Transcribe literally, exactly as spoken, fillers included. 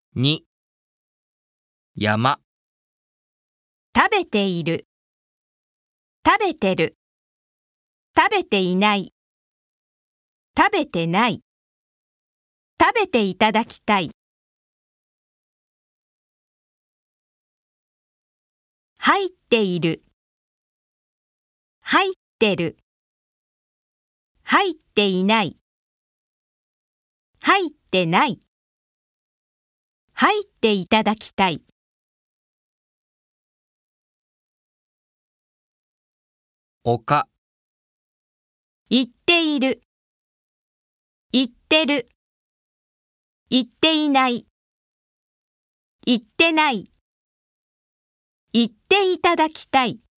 に、山。 食べている、食べてる、食べていない、食べてない、食べていただきたい。入っている、入ってる、入っていない、入ってない、入っていただきたい。 丘。 言っている、言ってる、言っていない、言ってない、言っていただきたい。